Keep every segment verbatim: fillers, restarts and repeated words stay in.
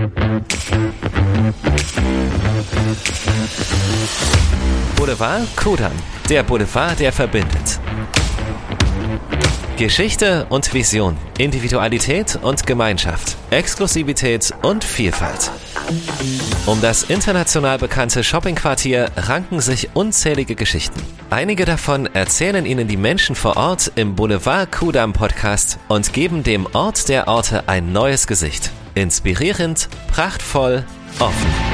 Boulevard Kudamm, der Boulevard, der verbindet. Geschichte und Vision, Individualität und Gemeinschaft, Exklusivität und Vielfalt. Um das international bekannte Shoppingquartier ranken sich unzählige Geschichten. Einige davon erzählen Ihnen die Menschen vor Ort im Boulevard Kudamm Podcast und geben dem Ort der Orte ein neues Gesicht. Inspirierend, prachtvoll, offen.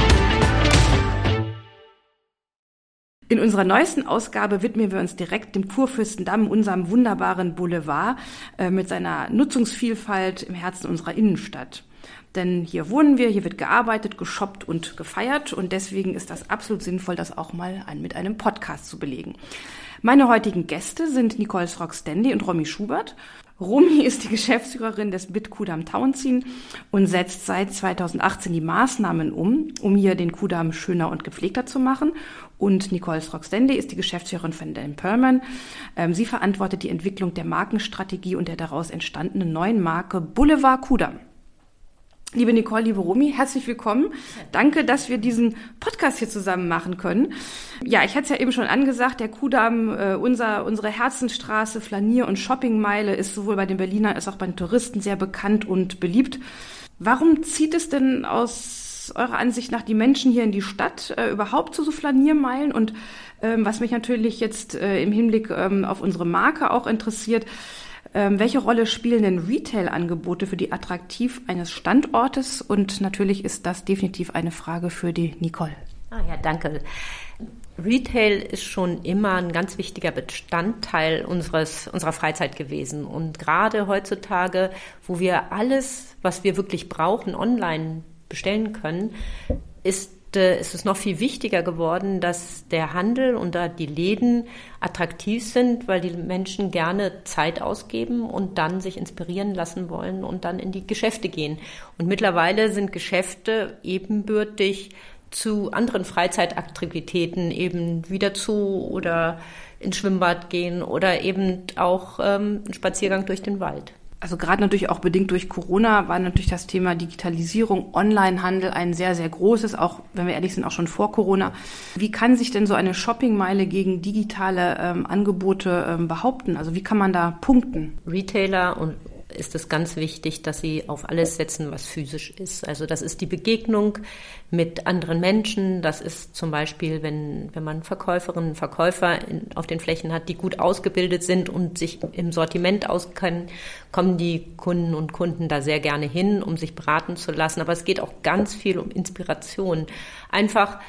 In unserer neuesten Ausgabe widmen wir uns direkt dem Kurfürstendamm, unserem wunderbaren Boulevard äh, mit seiner Nutzungsvielfalt im Herzen unserer Innenstadt. Denn hier wohnen wir, hier wird gearbeitet, geshoppt und gefeiert und deswegen ist das absolut sinnvoll, das auch mal ein, mit einem Podcast zu belegen. Meine heutigen Gäste sind Nicole Srock-Stanley und Romy Schubert. Romy ist die Geschäftsführerin des B I T Kudamm Tauentzien und setzt seit zweitausendachtzehn die Maßnahmen um, um hier den Kudamm schöner und gepflegter zu machen. Und Nicole Srock-Stanley ist die Geschäftsführerin von Dan Perlman. Ähm, sie verantwortet die Entwicklung der Markenstrategie und der daraus entstandenen neuen Marke Boulevard Kudamm. Liebe Nicole, liebe Romy, herzlich willkommen. Danke, dass wir diesen Podcast hier zusammen machen können. Ja, ich hatte es ja eben schon angesagt, der Kudamm, äh, unser, unsere Herzensstraße, Flanier- und Shoppingmeile ist sowohl bei den Berlinern als auch bei den Touristen sehr bekannt und beliebt. Warum zieht es denn aus eurer Ansicht nach die Menschen hier in die Stadt äh, überhaupt zu so Flaniermeilen? Und ähm, was mich natürlich jetzt äh, im Hinblick ähm, auf unsere Marke auch interessiert, Ähm, welche Rolle spielen denn Retail-Angebote für die Attraktiv eines Standortes? Und natürlich ist das definitiv eine Frage für die Nicole. Ah ja, danke. Retail ist schon immer ein ganz wichtiger Bestandteil unseres, unserer Freizeit gewesen. Und gerade heutzutage, wo wir alles, was wir wirklich brauchen, online bestellen können, ist ist es noch viel wichtiger geworden, dass der Handel und da die Läden attraktiv sind, weil die Menschen gerne Zeit ausgeben und dann sich inspirieren lassen wollen und dann in die Geschäfte gehen. Und mittlerweile sind Geschäfte ebenbürtig zu anderen Freizeitaktivitäten, eben wieder zu oder ins Schwimmbad gehen oder eben auch ähm, einen Spaziergang durch den Wald. Also gerade natürlich auch bedingt durch Corona war natürlich das Thema Digitalisierung, Onlinehandel ein sehr, sehr großes, auch wenn wir ehrlich sind, auch schon vor Corona. Wie kann sich denn so eine Shoppingmeile gegen digitale ähm, Angebote ähm, behaupten? Also wie kann man da punkten? Retailer und ist es ganz wichtig, dass sie auf alles setzen, was physisch ist. Also das ist die Begegnung mit anderen Menschen. Das ist zum Beispiel, wenn, wenn man Verkäuferinnen und Verkäufer in, auf den Flächen hat, die gut ausgebildet sind und sich im Sortiment auskennen, kommen die Kunden und Kunden da sehr gerne hin, um sich beraten zu lassen. Aber es geht auch ganz viel um Inspiration. Einfach,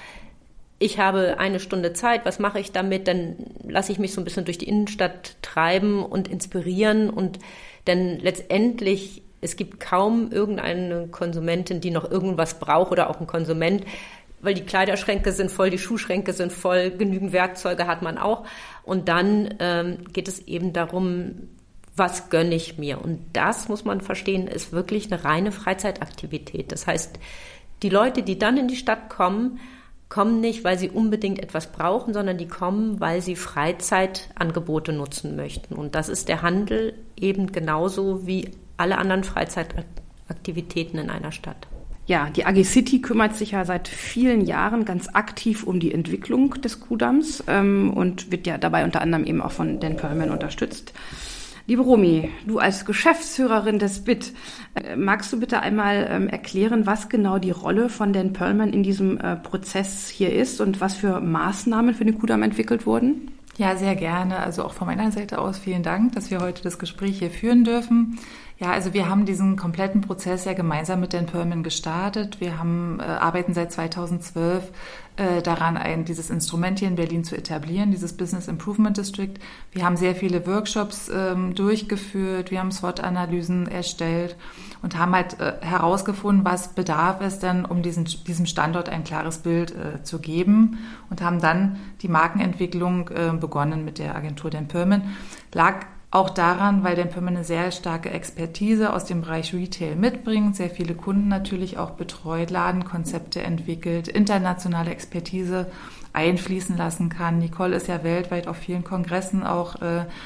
ich habe eine Stunde Zeit, was mache ich damit? Dann lasse ich mich so ein bisschen durch die Innenstadt treiben und inspirieren. Und denn letztendlich, es gibt kaum irgendeine Konsumentin, die noch irgendwas braucht oder auch ein Konsument, weil die Kleiderschränke sind voll, die Schuhschränke sind voll, genügend Werkzeuge hat man auch. Und dann ähm, geht es eben darum, was gönne ich mir? Und das, muss man verstehen, ist wirklich eine reine Freizeitaktivität. Das heißt, die Leute, die dann in die Stadt kommen, kommen nicht, weil sie unbedingt etwas brauchen, sondern die kommen, weil sie Freizeitangebote nutzen möchten. Und das ist der Handel eben genauso wie alle anderen Freizeitaktivitäten in einer Stadt. Ja, die A G City kümmert sich ja seit vielen Jahren ganz aktiv um die Entwicklung des Kudamms ähm, und wird ja dabei unter anderem eben auch von Dan Perlman unterstützt. Liebe Romy, du als Geschäftsführerin des B I T, äh, magst du bitte einmal ähm, erklären, was genau die Rolle von Dan Perlman in diesem äh, Prozess hier ist und was für Maßnahmen für den Kudamm entwickelt wurden? Ja, sehr gerne. Also auch von meiner Seite aus vielen Dank, dass wir heute das Gespräch hier führen dürfen. Ja, also wir haben diesen kompletten Prozess ja gemeinsam mit Dan Perlman gestartet. Wir haben, äh, arbeiten seit zweitausendzwölf äh, daran, ein, dieses Instrument hier in Berlin zu etablieren, dieses Business Improvement District. Wir haben sehr viele Workshops ähm, durchgeführt, wir haben SWOT-Analysen erstellt und haben halt äh, herausgefunden, was bedarf es denn, um diesen, diesem Standort ein klares Bild äh, zu geben und haben dann die Markenentwicklung äh, begonnen mit der Agentur Dan Perlman. Lag auch daran, weil Dan Perlman eine sehr starke Expertise aus dem Bereich Retail mitbringt, sehr viele Kunden natürlich auch betreut, Ladenkonzepte entwickelt, internationale Expertise einfließen lassen kann. Nicole ist ja weltweit auf vielen Kongressen auch äh,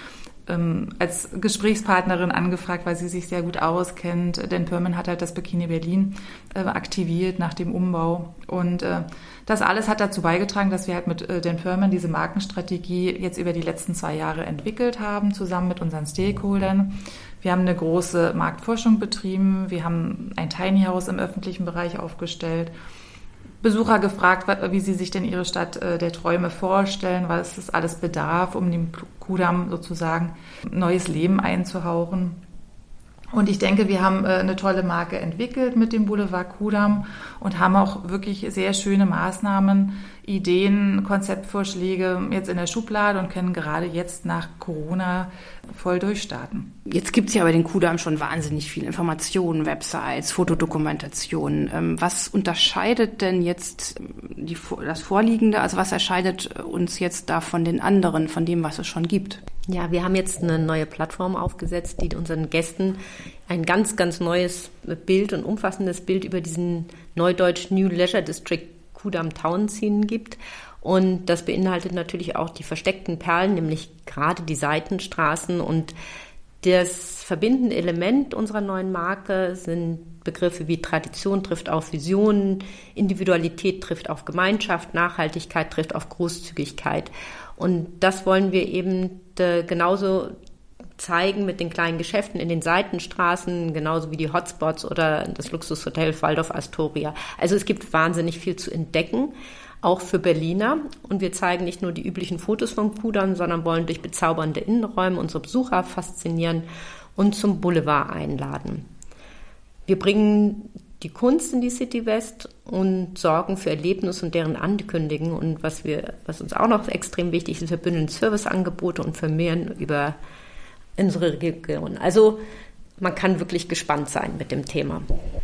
ähm, als Gesprächspartnerin angefragt, weil sie sich sehr gut auskennt. Dan Perlman hat halt das Bikini Berlin äh, aktiviert nach dem Umbau. Und äh, das alles hat dazu beigetragen, dass wir halt mit äh, Dan Perlman diese Markenstrategie jetzt über die letzten zwei Jahre entwickelt haben, zusammen mit unseren Stakeholdern. Wir haben eine große Marktforschung betrieben. Wir haben ein Tiny House im öffentlichen Bereich aufgestellt. Besucher gefragt, wie sie sich denn ihre Stadt der Träume vorstellen, was es alles bedarf, um dem Kudamm sozusagen neues Leben einzuhauchen. Und ich denke, wir haben eine tolle Marke entwickelt mit dem Boulevard Kudamm und haben auch wirklich sehr schöne Maßnahmen, Ideen, Konzeptvorschläge jetzt in der Schublade und können gerade jetzt nach Corona voll durchstarten. Jetzt gibt es ja bei den Kudamm schon wahnsinnig viel Informationen, Websites, Fotodokumentationen. Was unterscheidet denn jetzt die, das Vorliegende, also was erscheidet uns jetzt da von den anderen, von dem, was es schon gibt? Ja, wir haben jetzt eine neue Plattform aufgesetzt, die unseren Gästen ein ganz, ganz neues Bild und umfassendes Bild über diesen Neudeutsch New Leisure District Kudamm Town Scene gibt. Und das beinhaltet natürlich auch die versteckten Perlen, nämlich gerade die Seitenstraßen. Und das verbindende Element unserer neuen Marke sind Begriffe wie Tradition trifft auf Visionen, Individualität trifft auf Gemeinschaft, Nachhaltigkeit trifft auf Großzügigkeit. Und das wollen wir eben äh, genauso zeigen mit den kleinen Geschäften in den Seitenstraßen, genauso wie die Hotspots oder das Luxushotel Waldorf Astoria. Also es gibt wahnsinnig viel zu entdecken, auch für Berliner. Und wir zeigen nicht nur die üblichen Fotos von Kudamm, sondern wollen durch bezaubernde Innenräume unsere Besucher faszinieren und zum Boulevard einladen. Wir bringen die Kunst in die City West und sorgen für Erlebnis und deren Ankündigen. Und was wir, was uns auch noch extrem wichtig ist, wir bündeln Serviceangebote und vermehren über unsere Region. Also man kann wirklich gespannt sein mit dem Thema.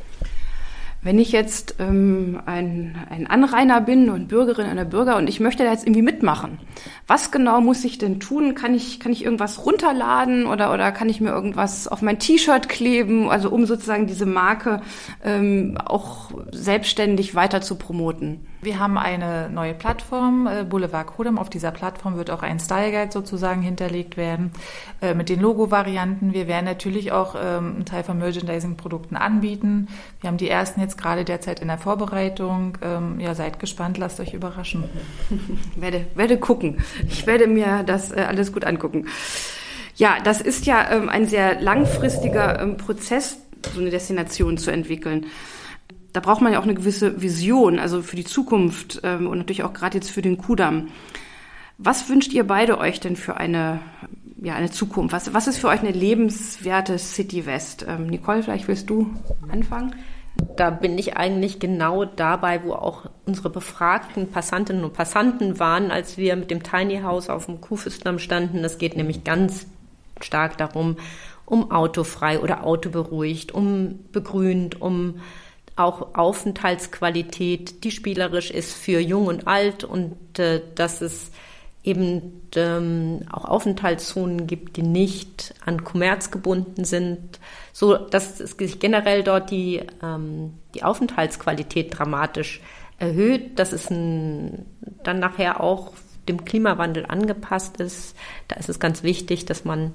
Wenn ich jetzt ähm, ein, ein Anrainer bin und Bürgerin oder Bürger und ich möchte da jetzt irgendwie mitmachen, was genau muss ich denn tun? Kann ich, kann ich irgendwas runterladen oder, oder kann ich mir irgendwas auf mein T-Shirt kleben, also um sozusagen diese Marke ähm, auch selbstständig weiter zu promoten? Wir haben eine neue Plattform, äh, Boulevard Kudamm. Auf dieser Plattform wird auch ein Style Guide sozusagen hinterlegt werden äh, mit den Logo-Varianten. Wir werden natürlich auch ähm, einen Teil von Merchandising-Produkten anbieten. Wir haben die ersten jetzt gerade derzeit in der Vorbereitung. Ähm, ja, seid gespannt, lasst euch überraschen. Ich werde, werde gucken. Ich werde mir das äh, alles gut angucken. Ja, das ist ja ähm, ein sehr langfristiger ähm, Prozess, so eine Destination zu entwickeln. Da braucht man ja auch eine gewisse Vision, also für die Zukunft ähm, und natürlich auch gerade jetzt für den Kudamm. Was wünscht ihr beide euch denn für eine, ja, eine Zukunft? Was, was ist für euch eine lebenswerte City West? Ähm, Nicole, vielleicht willst du anfangen? Da bin ich eigentlich genau dabei, wo auch unsere befragten Passantinnen und Passanten waren, als wir mit dem Tiny House auf dem Kuhfüßdamm standen. Das geht nämlich ganz stark darum, um autofrei oder autoberuhigt, um begrünt, um auch Aufenthaltsqualität, die spielerisch ist für Jung und Alt und äh, dass es eben ähm, auch Aufenthaltszonen gibt, die nicht an Kommerz gebunden sind, so dass es sich generell dort die, ähm, die Aufenthaltsqualität dramatisch erhöht, dass es ein, dann nachher auch dem Klimawandel angepasst ist. Da ist es ganz wichtig, dass man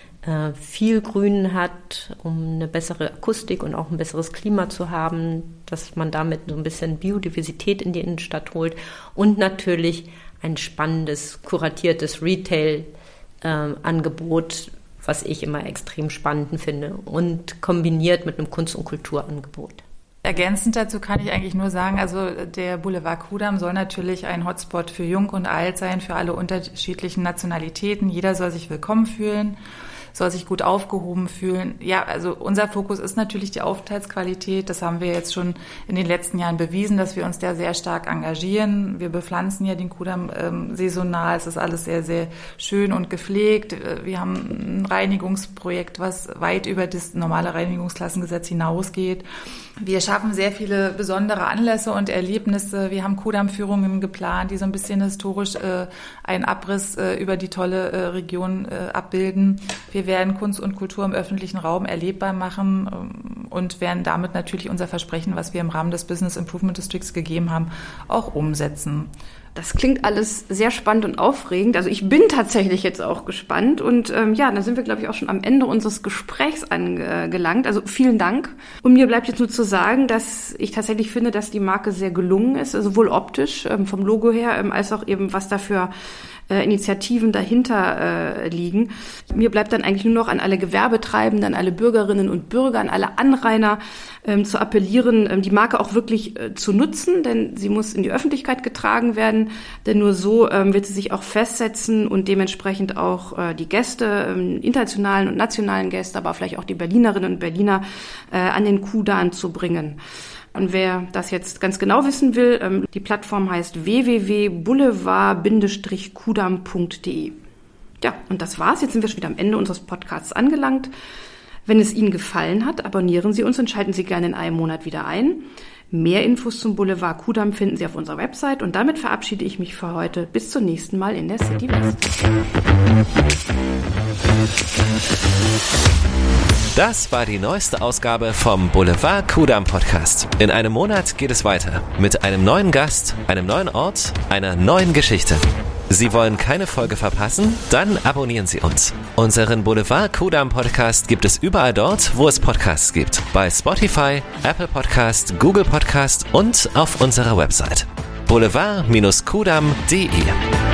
viel Grün hat, um eine bessere Akustik und auch ein besseres Klima zu haben, dass man damit so ein bisschen Biodiversität in die Innenstadt holt und natürlich ein spannendes, kuratiertes Retail-Angebot, äh, was ich immer extrem spannend finde und kombiniert mit einem Kunst- und Kulturangebot. Ergänzend dazu kann ich eigentlich nur sagen, also der Boulevard Kudamm soll natürlich ein Hotspot für Jung und Alt sein, für alle unterschiedlichen Nationalitäten. Jeder soll sich willkommen fühlen, soll sich gut aufgehoben fühlen. Ja, also unser Fokus ist natürlich die Aufenthaltsqualität. Das haben wir jetzt schon in den letzten Jahren bewiesen, dass wir uns da sehr stark engagieren. Wir bepflanzen ja den Kudamm ähm, saisonal. Es ist alles sehr, sehr schön und gepflegt. Wir haben ein Reinigungsprojekt, was weit über das normale Reinigungsklassengesetz hinausgeht. Wir schaffen sehr viele besondere Anlässe und Erlebnisse. Wir haben Kudamm-Führungen geplant, die so ein bisschen historisch äh, einen Abriss äh, über die tolle äh, Region äh, abbilden. Wir werden Kunst und Kultur im öffentlichen Raum erlebbar machen ähm, und werden damit natürlich unser Versprechen, was wir im Rahmen des Business Improvement Districts gegeben haben, auch umsetzen. Das klingt alles sehr spannend und aufregend. Also ich bin tatsächlich jetzt auch gespannt. Und ähm, ja, dann sind wir, glaube ich, auch schon am Ende unseres Gesprächs angelangt. Also vielen Dank. Und mir bleibt jetzt nur zu sagen, dass ich tatsächlich finde, dass die Marke sehr gelungen ist, also sowohl optisch, ähm, vom Logo her, ähm, als auch eben, was dafür äh, Initiativen dahinter äh, liegen. Mir bleibt dann eigentlich nur noch an alle Gewerbetreibenden, an alle Bürgerinnen und Bürger, an alle Anrainer ähm, zu appellieren, ähm, die Marke auch wirklich äh, zu nutzen, denn sie muss in die Öffentlichkeit getragen werden, denn nur so ähm, wird sie sich auch festsetzen und dementsprechend auch äh, die Gäste, ähm, internationalen und nationalen Gäste, aber vielleicht auch die Berlinerinnen und Berliner äh, an den Kudamm zu bringen. Und wer das jetzt ganz genau wissen will, ähm, die Plattform heißt w w w punkt boulevard Bindestrich kudamm punkt d e. Ja, und das war's. Jetzt sind wir schon wieder am Ende unseres Podcasts angelangt. Wenn es Ihnen gefallen hat, abonnieren Sie uns und schalten Sie gerne in einem Monat wieder ein. Mehr Infos zum Boulevard Kudamm finden Sie auf unserer Website. Und damit verabschiede ich mich für heute. Bis zum nächsten Mal in der City West. Das war die neueste Ausgabe vom Boulevard Kudamm Podcast. In einem Monat geht es weiter mit einem neuen Gast, einem neuen Ort, einer neuen Geschichte. Sie wollen keine Folge verpassen? Dann abonnieren Sie uns. Unseren Boulevard Kudamm Podcast gibt es überall dort, wo es Podcasts gibt. Bei Spotify, Apple Podcast, Google Podcast und auf unserer Website boulevard Bindestrich kudamm punkt d e.